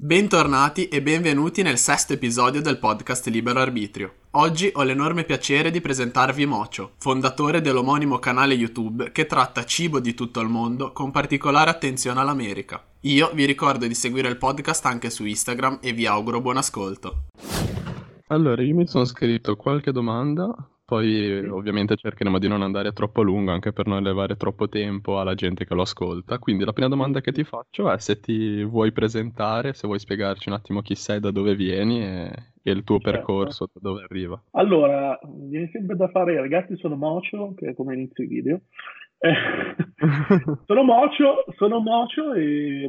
Bentornati e benvenuti nel sesto episodio del podcast Libero Arbitrio. Oggi ho l'enorme piacere di presentarvi Mocio, fondatore dell'omonimo canale YouTube che tratta cibo di tutto il mondo con particolare attenzione all'America. Io vi ricordo di seguire il podcast anche su Instagram e vi auguro buon ascolto. Allora, io mi sono scritto qualche domanda, poi ovviamente cercheremo di non andare troppo a lungo anche per non levare troppo tempo alla gente che lo ascolta. Quindi la prima domanda che ti faccio è se ti vuoi presentare, se vuoi spiegarci un attimo chi sei, da dove vieni e il tuo Certo. percorso, da dove arriva. Allora, viene sempre da fare, ragazzi, sono Mocio, che è come inizio i video. Eh, sono Mocio e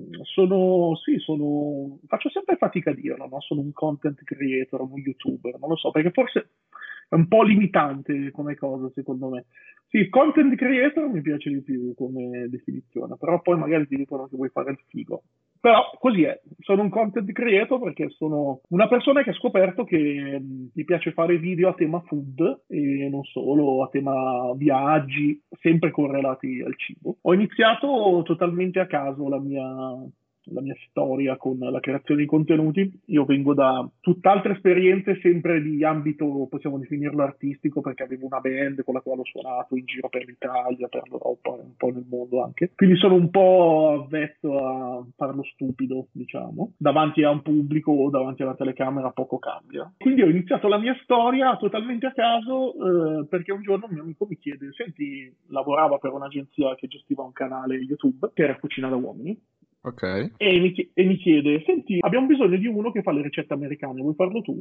faccio sempre fatica a dirlo, no? Sono un content creator, un YouTuber, non lo so, perché forse è un po' limitante come cosa, secondo me. Sì, content creator mi piace di più come definizione, però poi magari ti dicono che vuoi fare il figo. Però così è, sono un content creator perché sono una persona che ha scoperto che mi piace fare video a tema food e non solo, a tema viaggi, sempre correlati al cibo. Ho iniziato totalmente a caso la mia storia con la creazione di contenuti. Io vengo da tutt'altre esperienze, sempre di ambito, possiamo definirlo artistico, perché avevo una band con la quale ho suonato in giro per l'Italia, per l'Europa, un po' nel mondo anche. Quindi sono un po' avvezzo a farlo stupido, diciamo. Davanti a un pubblico o davanti alla telecamera poco cambia. Quindi ho iniziato la mia storia totalmente a caso, perché un giorno un mio amico mi chiede, senti, lavorava per un'agenzia che gestiva un canale YouTube, che era Cucina da Uomini, Ok. e mi chiede, senti, abbiamo bisogno di uno che fa le ricette americane, vuoi farlo tu?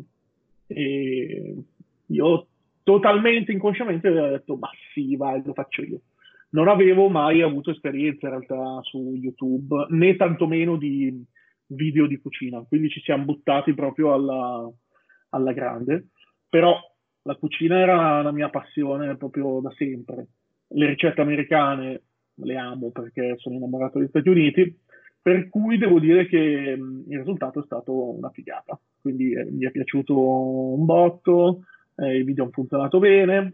E io totalmente inconsciamente avevo detto, ma sì, vai, lo faccio io. Non avevo mai avuto esperienza in realtà su YouTube, né tantomeno di video di cucina, quindi ci siamo buttati proprio alla grande. Però la cucina era la mia passione proprio da sempre. Le ricette americane le amo perché sono innamorato degli Stati Uniti, per cui devo dire che il risultato è stato una figata. Quindi mi è piaciuto un botto, i video hanno funzionato bene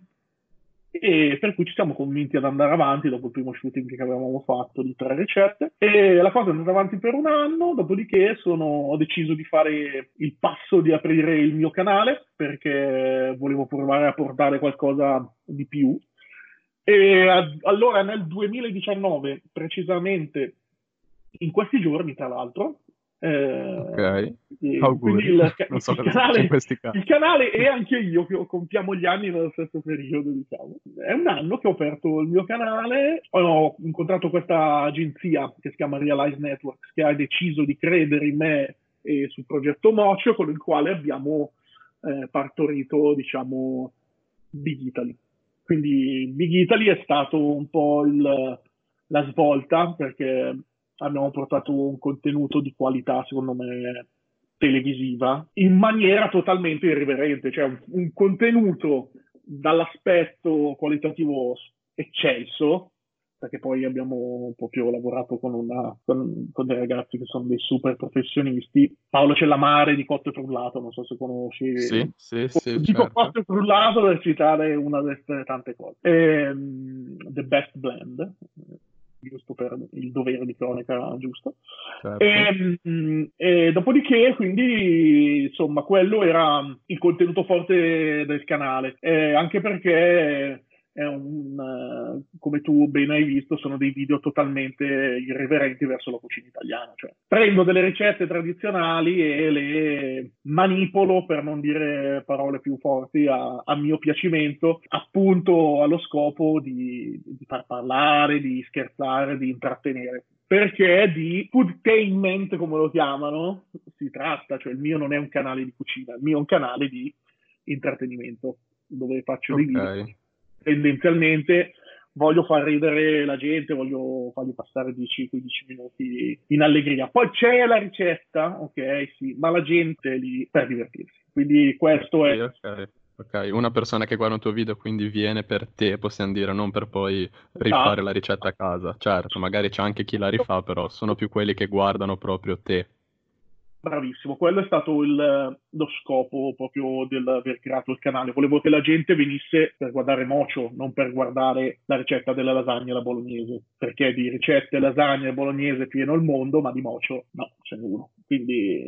e per cui ci siamo convinti ad andare avanti dopo il primo shooting che avevamo fatto di 3 ricette e la cosa è andata avanti per un anno, dopodiché ho deciso di fare il passo di aprire il mio canale perché volevo provare a portare qualcosa di più e allora nel 2019, precisamente in questi giorni, tra l'altro, Ok. quindi Auguri. Non so il cosa si dice in canale, questi casi. il canale e anche io, che compiamo gli anni nello stesso periodo, diciamo. È un anno che ho aperto il mio canale, ho incontrato questa agenzia che si chiama Realize Networks, che ha deciso di credere in me e sul progetto Mocio, con il quale abbiamo partorito, diciamo, Big Italy. Quindi Big Italy è stato un po' la svolta perché abbiamo portato un contenuto di qualità, secondo me, televisiva, in maniera totalmente irriverente, cioè un contenuto dall'aspetto qualitativo eccelso, perché poi abbiamo proprio lavorato con dei ragazzi che sono dei super professionisti. Paolo Cellamare di Cotto e Frullato, non so se Sì, conosci. sì, sì, Dico certo. Cotto e Frullato per citare una delle tante cose. The Best Blend, giusto per il dovere di cronaca giusto. Certo. E dopodiché, quindi, insomma, quello era il contenuto forte del canale, anche perché come tu ben hai visto, sono dei video totalmente irriverenti verso la cucina italiana. Cioè, prendo delle ricette tradizionali e le manipolo, per non dire parole più forti, a mio piacimento, appunto allo scopo di far parlare, di scherzare, di intrattenere. Perché di foodtainment, come lo chiamano, si tratta, cioè il mio non è un canale di cucina, il mio è un canale di intrattenimento, dove faccio dei Ok. video. Tendenzialmente voglio far ridere la gente, voglio fargli passare 10-15 minuti in allegria. Poi c'è la ricetta, ok, sì, ma la gente è lì per divertirsi. Quindi questo è... Sì, ok. Ok, una persona che guarda un tuo video quindi viene per te, possiamo dire, non per poi rifare Ah, la ricetta a casa. Certo, magari c'è anche chi la rifà, però sono più quelli che guardano proprio te. bravissimo, quello è stato lo scopo proprio aver creato il canale. Volevo che la gente venisse per guardare Mocio, non per guardare la ricetta della lasagna alla bolognese, perché di ricette, lasagne e bolognese pieno il mondo, ma di Mocio no, ce n'è uno. Quindi,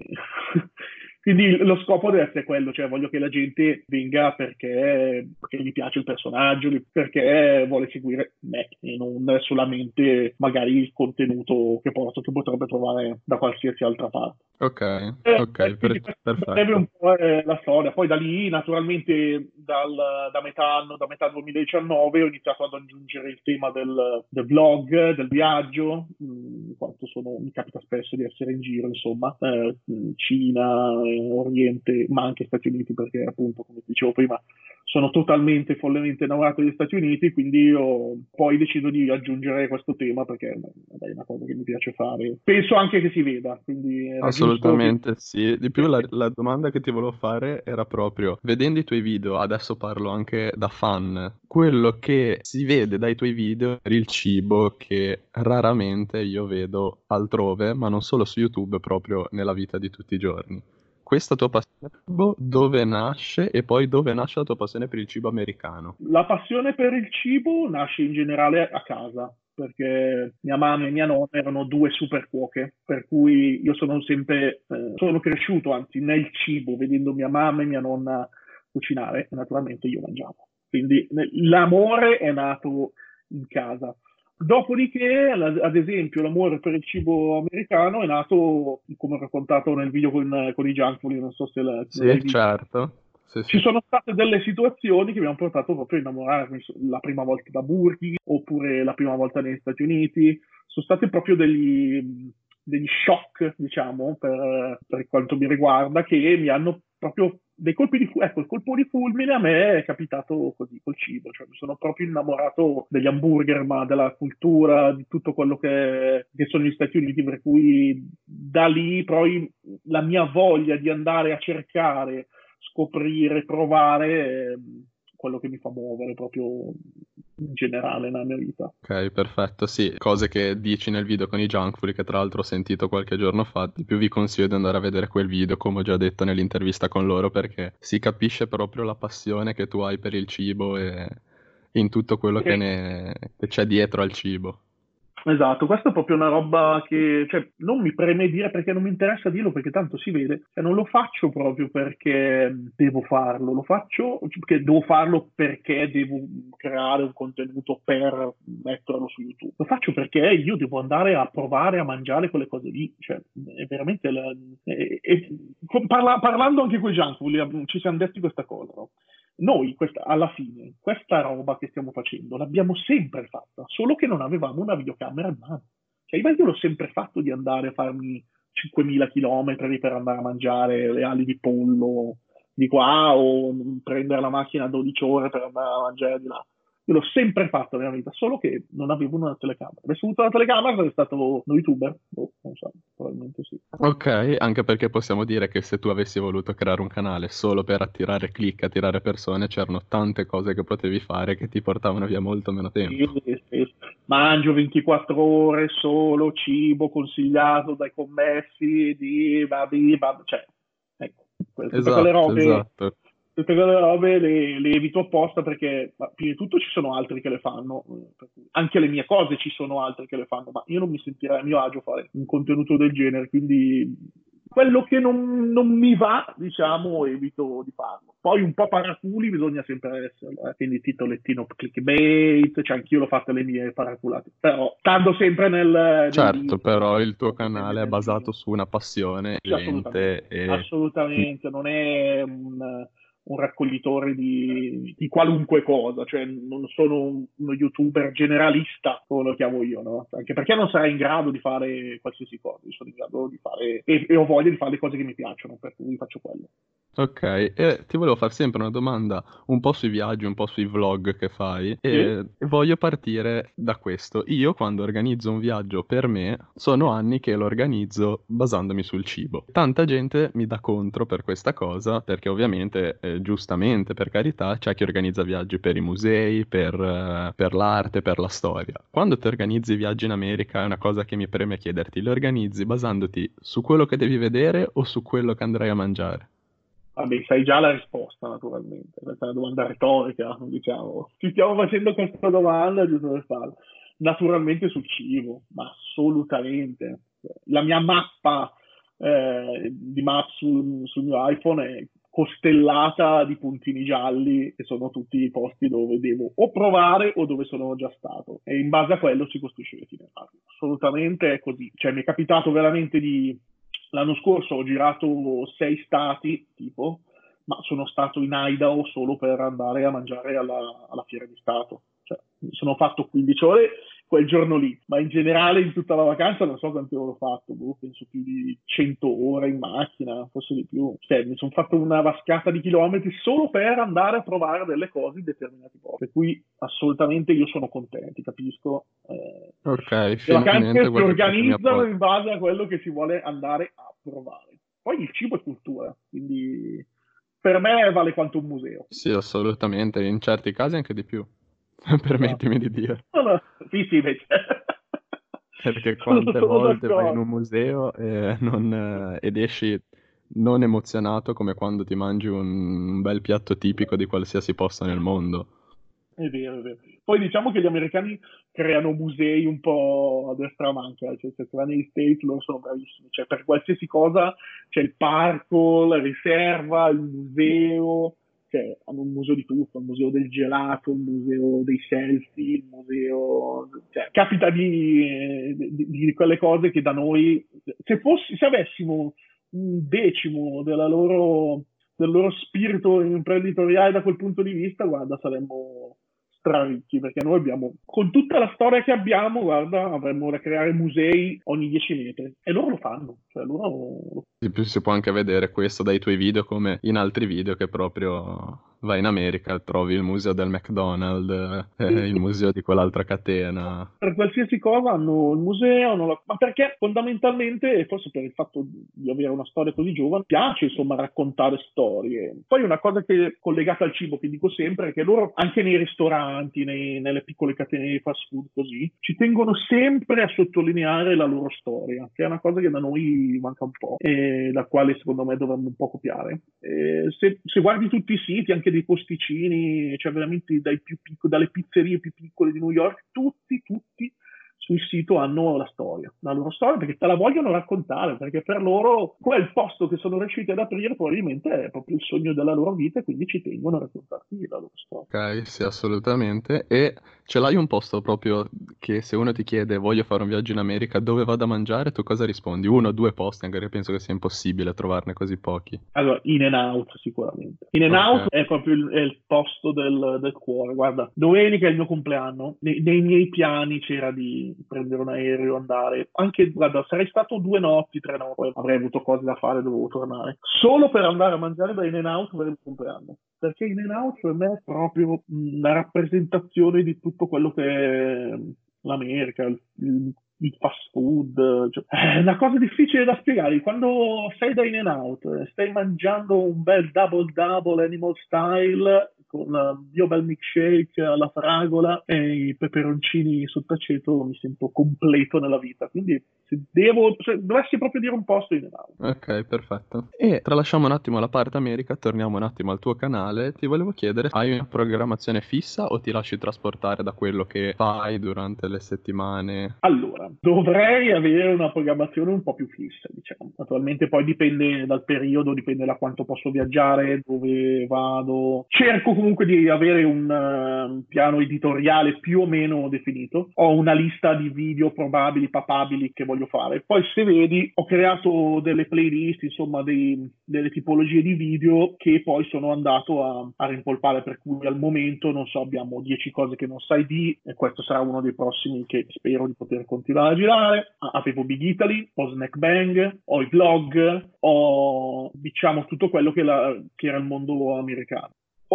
quindi lo scopo deve essere quello, cioè voglio che la gente venga perché gli piace il personaggio, perché vuole seguire me e non solamente magari il contenuto che porto, che potrebbe trovare da qualsiasi altra parte. Ok, Quindi questa sarebbe perfetto. un po' la storia. Poi da lì, naturalmente, da metà anno, da metà 2019, ho iniziato ad aggiungere il tema del vlog, del viaggio, in quanto mi capita spesso di essere in giro, insomma, Cina, Oriente, ma anche Stati Uniti, perché appunto, come dicevo prima, sono totalmente, follemente innamorato degli Stati Uniti, quindi io poi decido di aggiungere questo tema perché è una cosa che mi piace fare. Penso anche che si veda, quindi era giusto che... Assolutamente sì. Di più la domanda che ti volevo fare era proprio, vedendo i tuoi video, adesso parlo anche da fan, quello che si vede dai tuoi video è il cibo che raramente io vedo altrove, ma non solo su YouTube, proprio nella vita di tutti i giorni. Questa tua passione per il cibo dove nasce e poi dove nasce la tua passione per il cibo americano? La passione per il cibo nasce in generale a casa, perché mia mamma e mia nonna erano due super cuoche, per cui io sono cresciuto anzi nel cibo, vedendo mia mamma e mia nonna cucinare, e naturalmente io mangiavo. Quindi l'amore è nato in casa. Dopodiché, ad esempio, l'amore per il cibo americano è nato, come ho raccontato nel video con i junk food, non so se l'hai Sì, visto. certo. Sì, Ci sì. sono state delle situazioni che mi hanno portato proprio a innamorarmi, la prima volta da Burger, oppure la prima volta negli Stati Uniti. Sono stati proprio degli shock, diciamo, per quanto mi riguarda, che mi hanno proprio dei colpi ecco, il colpo di fulmine a me è capitato così col cibo, cioè mi sono proprio innamorato degli hamburger, ma della cultura, di tutto quello che sono gli Stati Uniti, per cui da lì poi la mia voglia di andare a cercare, scoprire, provare quello che mi fa muovere proprio in generale nella mia vita. Ok, perfetto, sì, cose che dici nel video con i junk food che tra l'altro ho sentito qualche giorno fa, di più vi consiglio di andare a vedere quel video, come ho già detto nell'intervista con loro, perché si capisce proprio la passione che tu hai per il cibo e in tutto quello che c'è dietro al cibo. Esatto, questa è proprio una roba che, cioè, non mi preme dire perché non mi interessa dirlo perché tanto si vede, cioè, non lo faccio proprio perché devo farlo, lo faccio perché devo farlo perché devo creare un contenuto per metterlo su YouTube. Lo faccio perché io devo andare a provare a mangiare quelle cose lì, cioè, è veramente parlando anche con i junk food, ci siamo detti questa cosa, no? Noi, alla fine, questa roba che stiamo facendo l'abbiamo sempre fatta, solo che non avevamo una videocamera in mano. Cioè, io l'ho sempre fatto di andare a farmi 5.000 chilometri per andare a mangiare le ali di pollo di qua o prendere la macchina 12 ore per andare a mangiare di là. Io l'ho sempre fatto nella vita, solo che non avevo una telecamera. Avessi avuto una telecamera sarei stato uno youtuber? Boh, non so, probabilmente sì. Ok, anche perché possiamo dire che se tu avessi voluto creare un canale solo per attirare click, attirare persone, c'erano tante cose che potevi fare che ti portavano via molto meno tempo. Sì, sì. Mangio 24 ore solo cibo consigliato dai commessi di cioè, ecco, Esatto, esatto. tutte quelle robe le evito apposta perché, prima di tutto ci sono altri che le fanno, per cui anche le mie cose ci sono altri che le fanno, ma io non mi sentirei a mio agio fare un contenuto del genere, quindi quello che non mi va, diciamo, evito di farlo. Poi un po' paraculi bisogna sempre essere, quindi titolettino clickbait, cioè anch'io l'ho fatte le mie paraculate, però stando sempre nel Certo, limite, però il tuo sempre canale è nel basato limite. su una passione Sì, assolutamente, evidente e... assolutamente, non è un raccoglitore di qualunque cosa, cioè non sono uno youtuber generalista, come lo chiamo io, no? Anche perché non sarei in grado di fare qualsiasi cosa, io sono in grado di fare, e ho voglia di fare le cose che mi piacciono, per cui faccio quello. Ok, e ti volevo fare sempre una domanda un po' sui viaggi, un po' sui vlog che fai Sì? e voglio partire da questo. Io quando organizzo un viaggio per me, sono anni che lo organizzo basandomi sul cibo. Tanta gente mi dà contro per questa cosa, perché ovviamente, giustamente, per carità, c'è chi organizza viaggi per i musei, per l'arte, per la storia. Quando ti organizzi viaggi in America è una cosa che mi preme chiederti, li organizzi basandoti su quello che devi vedere o su quello che andrai a mangiare? Vabbè, sai già la risposta, naturalmente. Questa è una domanda retorica, diciamo. Ci stiamo facendo questa domanda giusto per farla. Naturalmente sul cibo, ma assolutamente. La mia mappa di Maps sul mio iPhone è costellata di puntini gialli che sono tutti i posti dove devo o provare o dove sono già stato, e in base a quello si costruisce l'itinerario. Assolutamente è così. Cioè, mi è capitato veramente l'anno scorso ho girato 6 stati, tipo, ma sono stato in Idaho solo per andare a mangiare alla fiera di Stato. Cioè, mi sono fatto 15 ore quel giorno lì, ma in generale in tutta la vacanza non so quante ore ho fatto, penso più di 100 ore in macchina, forse di più. Cioè, mi sono fatto una vascata di chilometri solo per andare a provare delle cose in determinati posti. Per cui assolutamente io sono contento, capisco. Ok, Le finalmente vacanze si qualche cosa mi organizzano appoggio. in base a quello che si vuole andare a provare. Poi il cibo è cultura, quindi per me vale quanto un museo. Sì, assolutamente, in certi casi anche di più, Esatto. permettimi di dire. Sì, invece. Perché sono, quante sono volte vai in d'accordo. un museo ed esci non emozionato come quando ti mangi un bel piatto tipico di qualsiasi posto nel mondo. È vero, è vero. Poi diciamo che gli americani creano musei un po' a destra manca, cioè se vai negli States loro sono bravissimi, cioè per qualsiasi cosa c'è il parco, la riserva, il museo, cioè hanno un museo di tutto, il museo del gelato, il museo dei selfie, il museo... Cioè, capita di quelle cose che da noi, se avessimo un decimo del loro spirito imprenditoriale da quel punto di vista, guarda, saremmo straricchi, perché noi abbiamo, con tutta la storia che abbiamo, guarda, avremmo da creare musei ogni 10 metri, e loro lo fanno, cioè loro... Si può anche vedere questo dai tuoi video come in altri video che proprio vai in America, trovi il museo del McDonald's, il museo di quell'altra catena. Per qualsiasi cosa hanno il museo, ma perché fondamentalmente, e forse per il fatto di avere una storia così giovane, piace insomma raccontare storie. Poi una cosa che è collegata al cibo, che dico sempre, è che loro anche nei ristoranti, nelle piccole catene di fast food così, ci tengono sempre a sottolineare la loro storia, che è una cosa che da noi manca un po', e da quale secondo me dovremmo un po' copiare. Se guardi tutti i siti, anche dei posticini, cioè veramente dalle pizzerie più piccole di New York, tutti sul sito hanno la loro storia, perché te la vogliono raccontare, perché per loro quel posto che sono riusciti ad aprire probabilmente è proprio il sogno della loro vita, e quindi ci tengono a raccontarti la loro storia. Ok, sì, assolutamente. E ce l'hai un posto proprio che se uno ti chiede voglio fare un viaggio in America, dove vado a mangiare, tu cosa rispondi? Uno o due posti, anche perché penso che sia impossibile trovarne così pochi. Allora, In-N-Out sicuramente. In-N-Out Ok. è proprio è il posto del cuore. Guarda, domenica è il mio compleanno. Nei miei piani c'era di prendere un aereo, andare. Anche, guarda, sarei stato 2 notti, 3 notti, poi avrei avuto cose da fare, dovevo tornare. Solo per andare a mangiare da In-N-Out per il compleanno. Perché In-N-Out per me è proprio la rappresentazione di tutto quello che è l'America, il fast food, cioè, è una cosa difficile da spiegare. Quando sei da In-N-Out, stai mangiando un bel double double animal style con un mio bel milkshake alla fragola e i peperoncini sott'aceto, mi sento completo nella vita. Quindi se dovessi proprio dire un posto, In-N-Out. Ok, perfetto. E tralasciamo un attimo la parte America, torniamo un attimo al tuo canale. Ti volevo chiedere, hai una programmazione fissa o ti lasci trasportare da quello che fai durante le settimane? Allora, dovrei avere una programmazione un po' più fissa, diciamo. Naturalmente poi dipende dal periodo, dipende da quanto posso viaggiare, dove vado. Cerco comunque di avere un piano editoriale più o meno definito. Ho una lista di video probabili, papabili che voglio fare. Poi se vedi, ho creato delle playlist, insomma, delle tipologie di video che poi sono andato a rimpolpare, per cui al momento, non so, abbiamo 10 cose che non sai di, e questo sarà uno dei prossimi che spero di poter continuare a girare. Avevo Big Italy, ho Snack Bang, ho i vlog, ho diciamo tutto quello che era il mondo americano.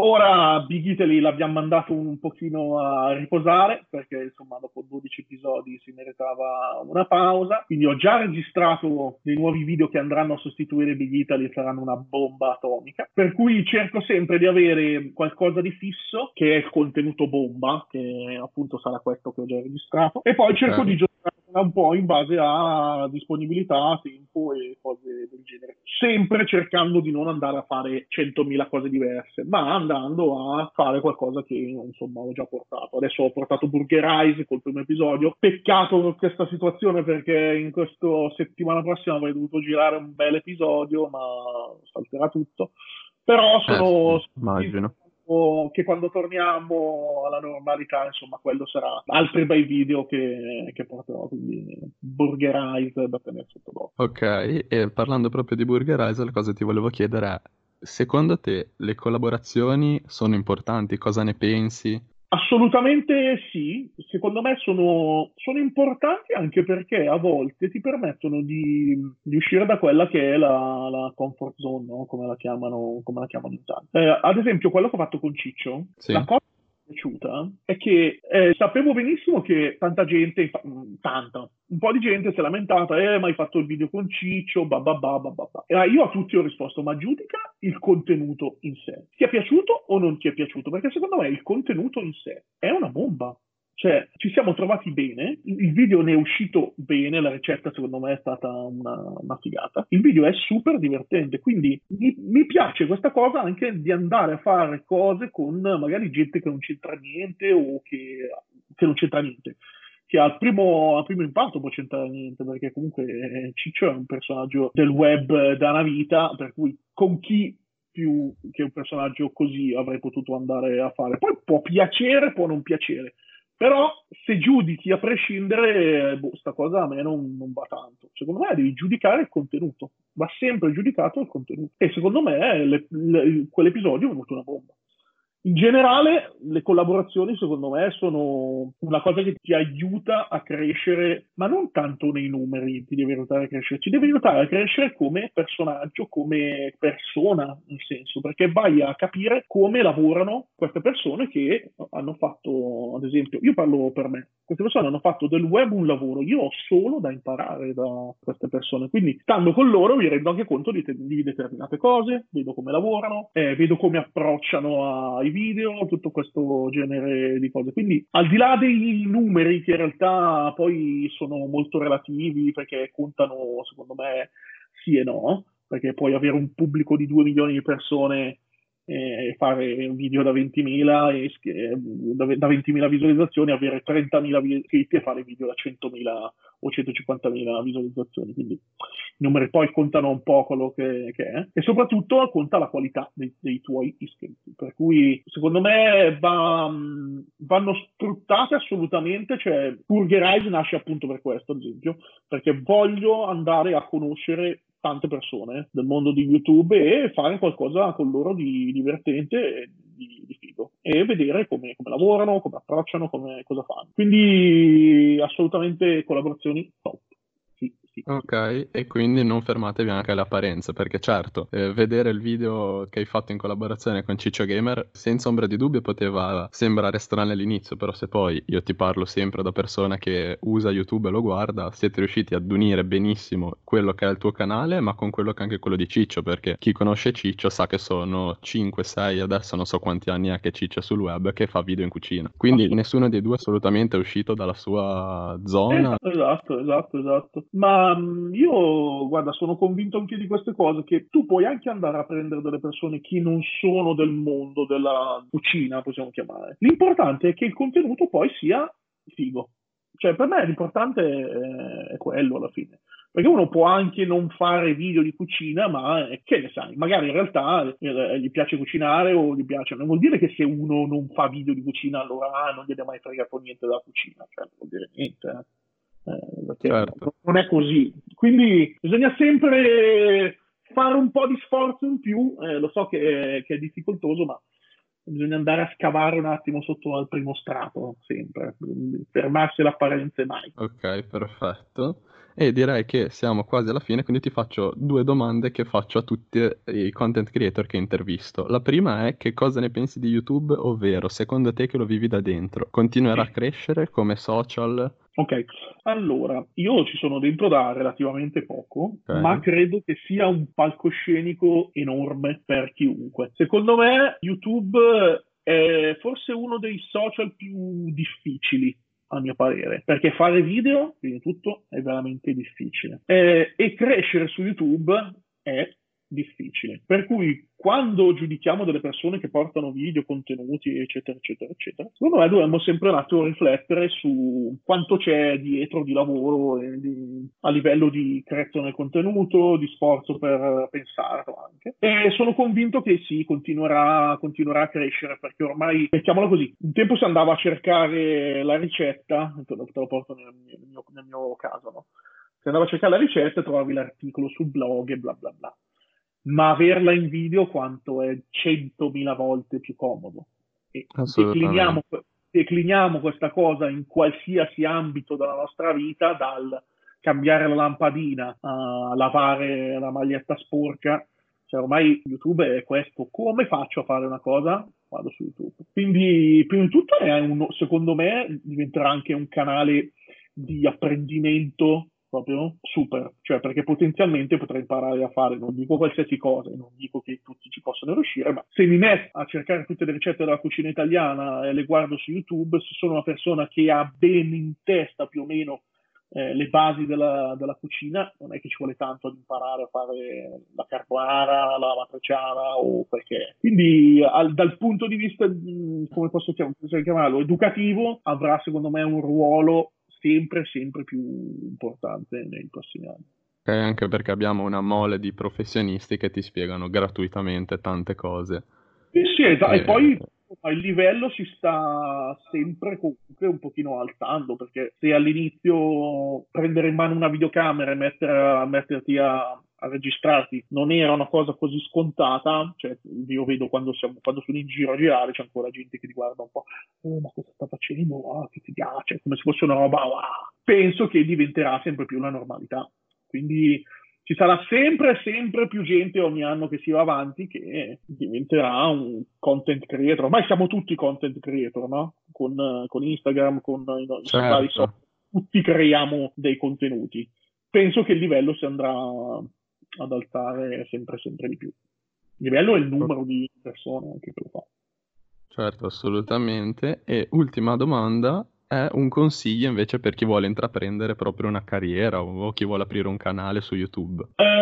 Ora Big Italy l'abbiamo mandato un pochino a riposare, perché insomma dopo 12 episodi si meritava una pausa, quindi ho già registrato dei nuovi video che andranno a sostituire Big Italy e saranno una bomba atomica, per cui cerco sempre di avere qualcosa di fisso, che è il contenuto bomba, che appunto sarà questo che ho già registrato, e poi cerco Ok. di giocare un po' in base a disponibilità, tempo e cose del genere. Sempre cercando di non andare a fare 100.000 cose diverse, ma andando a fare qualcosa che insomma ho già portato. Adesso ho portato Burger Eyes col primo episodio. Peccato per questa situazione, perché in questa settimana prossima avrei dovuto girare un bel episodio, ma salterà tutto. Però sono Sì, immagino. che quando torniamo alla normalità, insomma, quello sarà altri bei video che porterò, quindi Burger Eyes da tenere sotto d'occhio. Ok, e parlando proprio di Burger Eyes, la cosa che ti volevo chiedere è, secondo te le collaborazioni sono importanti? Cosa ne pensi? Assolutamente sì, secondo me sono importanti anche perché a volte ti permettono di uscire da quella che è la comfort zone, no? Come la chiamano in tanti. Ad esempio, quello che ho fatto con Ciccio, la Sì? cosa che mi è piaciuta è che sapevo benissimo che tanta gente, un po' di gente si è lamentata, ma hai fatto il video con Ciccio, bababà. E io a tutti ho risposto, ma giudica il contenuto in sé. Ti è piaciuto o non ti è piaciuto? Perché secondo me il contenuto in sé è una bomba. Cioè, ci siamo trovati bene, il video ne è uscito bene, la ricetta secondo me è stata una figata. Il video è super divertente, quindi mi piace questa cosa anche di andare a fare cose con magari gente che non c'entra niente o che non c'entra niente, che al primo impatto può c'entrare niente, perché comunque Ciccio è un personaggio del web da una vita, per cui con chi più che un personaggio così avrei potuto andare a fare. Poi può piacere, può non piacere, però se giudichi a prescindere, sta cosa a me non va tanto. Secondo me devi giudicare il contenuto, va sempre giudicato il contenuto. E secondo me quell'episodio è venuto una bomba. In generale, le collaborazioni, secondo me, sono una cosa che ti aiuta a crescere, ma non tanto nei numeri ti devi aiutare a crescere, ti devi aiutare a crescere come personaggio, come persona, nel senso, perché vai a capire come lavorano queste persone che hanno fatto, ad esempio, io parlo per me, queste persone hanno fatto del web un lavoro, io ho solo da imparare da queste persone, quindi stando con loro mi rendo anche conto di determinate cose, vedo come lavorano, vedo come approcciano ai video, tutto questo genere di cose. Quindi al di là dei numeri che in realtà poi sono molto relativi perché contano secondo me sì e no, perché puoi avere un pubblico di 2 milioni di persone e fare un video da 20.000 da 20.000 visualizzazioni, avere 30.000 iscritti e fare video da 100.000 o 150.000 visualizzazioni. Quindi i numeri poi contano un po' quello che è, e soprattutto conta la qualità dei tuoi iscritti. Per cui secondo me vanno sfruttate assolutamente. Cioè, Burger Eyes nasce appunto per questo, ad esempio, perché voglio andare a conoscere tante persone del mondo di YouTube e fare qualcosa con loro di divertente e di figo, e vedere come lavorano, come approcciano, cosa fanno. Quindi assolutamente collaborazioni top. Sì, sì, sì. Ok, e quindi non fermatevi anche alle apparenze, perché certo, vedere il video che hai fatto in collaborazione con Ciccio Gamer, senza ombra di dubbio poteva sembrare strano all'inizio, però se poi io ti parlo sempre da persona che usa YouTube e lo guarda, siete riusciti ad unire benissimo quello che è il tuo canale, ma con quello che è anche quello di Ciccio, perché chi conosce Ciccio sa che sono 5, 6, adesso non so quanti anni ha che Ciccio è sul web, che fa video in cucina. Quindi nessuno dei due assolutamente è uscito dalla sua zona. Esatto. Ma io, guarda, sono convinto anche di queste cose, che tu puoi anche andare a prendere delle persone che non sono del mondo della cucina, possiamo chiamare. L'importante è che il contenuto poi sia figo. Cioè, per me l'importante è quello alla fine. Perché uno può anche non fare video di cucina, ma che ne sai, magari in realtà gli piace cucinare o gli piace. Non vuol dire che se uno non fa video di cucina allora non gliene è mai fregato niente della cucina, cioè non vuol dire niente. Perché Certo. non è così. Quindi bisogna sempre fare un po' di sforzo in più. Lo so che è difficoltoso, ma bisogna andare a scavare un attimo sotto al primo strato, sempre. Fermarsi alle apparenze mai. Ok, perfetto. E direi che siamo quasi alla fine, quindi ti faccio due domande che faccio a tutti i content creator che intervisto. La prima è: che cosa ne pensi di YouTube, ovvero secondo te, che lo vivi da dentro, continuerà a crescere come social? Ok, allora, io ci sono dentro da relativamente poco, ma Ok, credo che sia un palcoscenico enorme per chiunque. Secondo me YouTube è forse uno dei social più difficili a mio parere, perché fare video, prima di tutto, è veramente difficile. E crescere su YouTube è difficile. Per cui quando giudichiamo delle persone che portano video, contenuti, eccetera, eccetera, eccetera, secondo me dovremmo sempre un attimo riflettere su quanto c'è dietro di lavoro a livello di creazione del contenuto, di sforzo per pensarlo anche. E sono convinto che sì, continuerà a crescere, perché ormai, mettiamola così, un tempo si andava a cercare la ricetta, te lo porto nel mio caso, no? Si andava a cercare la ricetta e trovavi l'articolo sul blog e bla bla bla. Ma averla in video quanto è 100.000 volte più comodo. E decliniamo questa cosa in qualsiasi ambito della nostra vita, dal cambiare la lampadina a lavare la maglietta sporca. Cioè, ormai YouTube è questo. Come faccio a fare una cosa? Vado su YouTube. Quindi, prima di tutto, secondo me, diventerà anche un canale di apprendimento proprio super, cioè perché potenzialmente potrei imparare a fare, non dico qualsiasi cosa, non dico che tutti ci possono riuscire, ma se mi metto a cercare tutte le ricette della cucina italiana e le guardo su YouTube, se sono una persona che ha ben in testa più o meno le basi della cucina, non è che ci vuole tanto ad imparare a fare la carbonara, la matriciana o quel che è. Quindi dal punto di vista, come posso chiamarlo, educativo, avrà secondo me un ruolo sempre più importante nei prossimi anni. Anche perché abbiamo una mole di professionisti che ti spiegano gratuitamente tante cose. Sì, e poi il livello si sta sempre comunque un pochino alzando, perché se all'inizio prendere in mano una videocamera e metterti a registrarti non era una cosa così scontata, cioè io vedo quando sono in giro a girare c'è ancora gente che ti guarda un po', ma cosa sta facendo? Wow, che ti piace, come se fosse una roba, wow. Penso che diventerà sempre più la normalità, quindi ci sarà sempre più gente ogni anno che si va avanti che diventerà un content creator. Ormai siamo tutti content creator, no? Con Instagram, con i vari social, tutti creiamo dei contenuti. Penso che il livello si andrà ad alzare sempre di più. Il livello è il numero di persone anche che lo fa. Certo, assolutamente. E ultima domanda, è un consiglio invece per chi vuole intraprendere proprio una carriera o chi vuole aprire un canale su YouTube?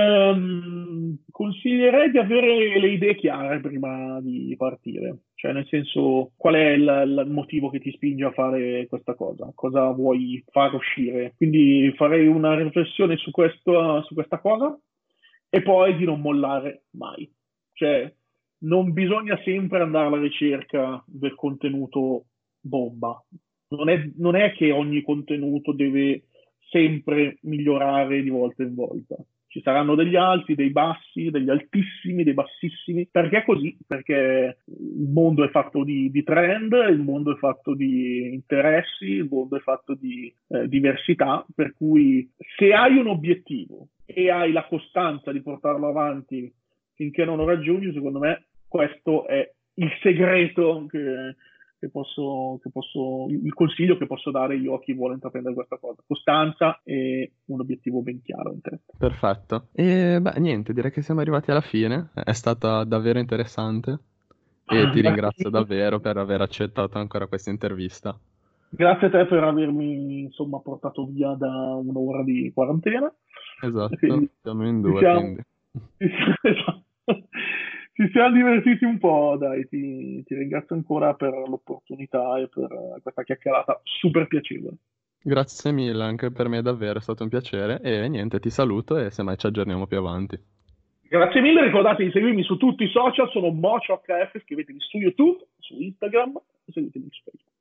Consiglierei di avere le idee chiare prima di partire, cioè nel senso qual è il motivo che ti spinge a fare questa cosa vuoi far uscire, quindi farei una riflessione su questa cosa e poi di non mollare mai, cioè non bisogna sempre andare alla ricerca del contenuto bomba, non è che ogni contenuto deve sempre migliorare di volta in volta. Ci saranno degli alti, dei bassi, degli altissimi, dei bassissimi. Perché è così? Perché il mondo è fatto di trend, il mondo è fatto di interessi, il mondo è fatto di diversità, per cui se hai un obiettivo e hai la costanza di portarlo avanti finché non lo raggiungi, secondo me questo è il segreto il consiglio che posso dare io a chi vuole intraprendere questa cosa: costanza e un obiettivo ben chiaro in testa. Perfetto. E beh, niente, direi che siamo arrivati alla fine. È stata davvero interessante e ti ringrazio davvero per aver accettato ancora questa intervista. Grazie a te per avermi insomma portato via da un'ora di quarantena. Esatto, quindi siamo in due, quindi. Ci siamo divertiti un po', dai, ti ringrazio ancora per l'opportunità e per questa chiacchierata super piacevole. Grazie mille, anche per me davvero è stato un piacere e niente, ti saluto e semmai ci aggiorniamo più avanti. Grazie mille, ricordate di seguirmi su tutti i social, sono MocioHF, iscrivetevi su YouTube, su Instagram e seguitemi su Facebook.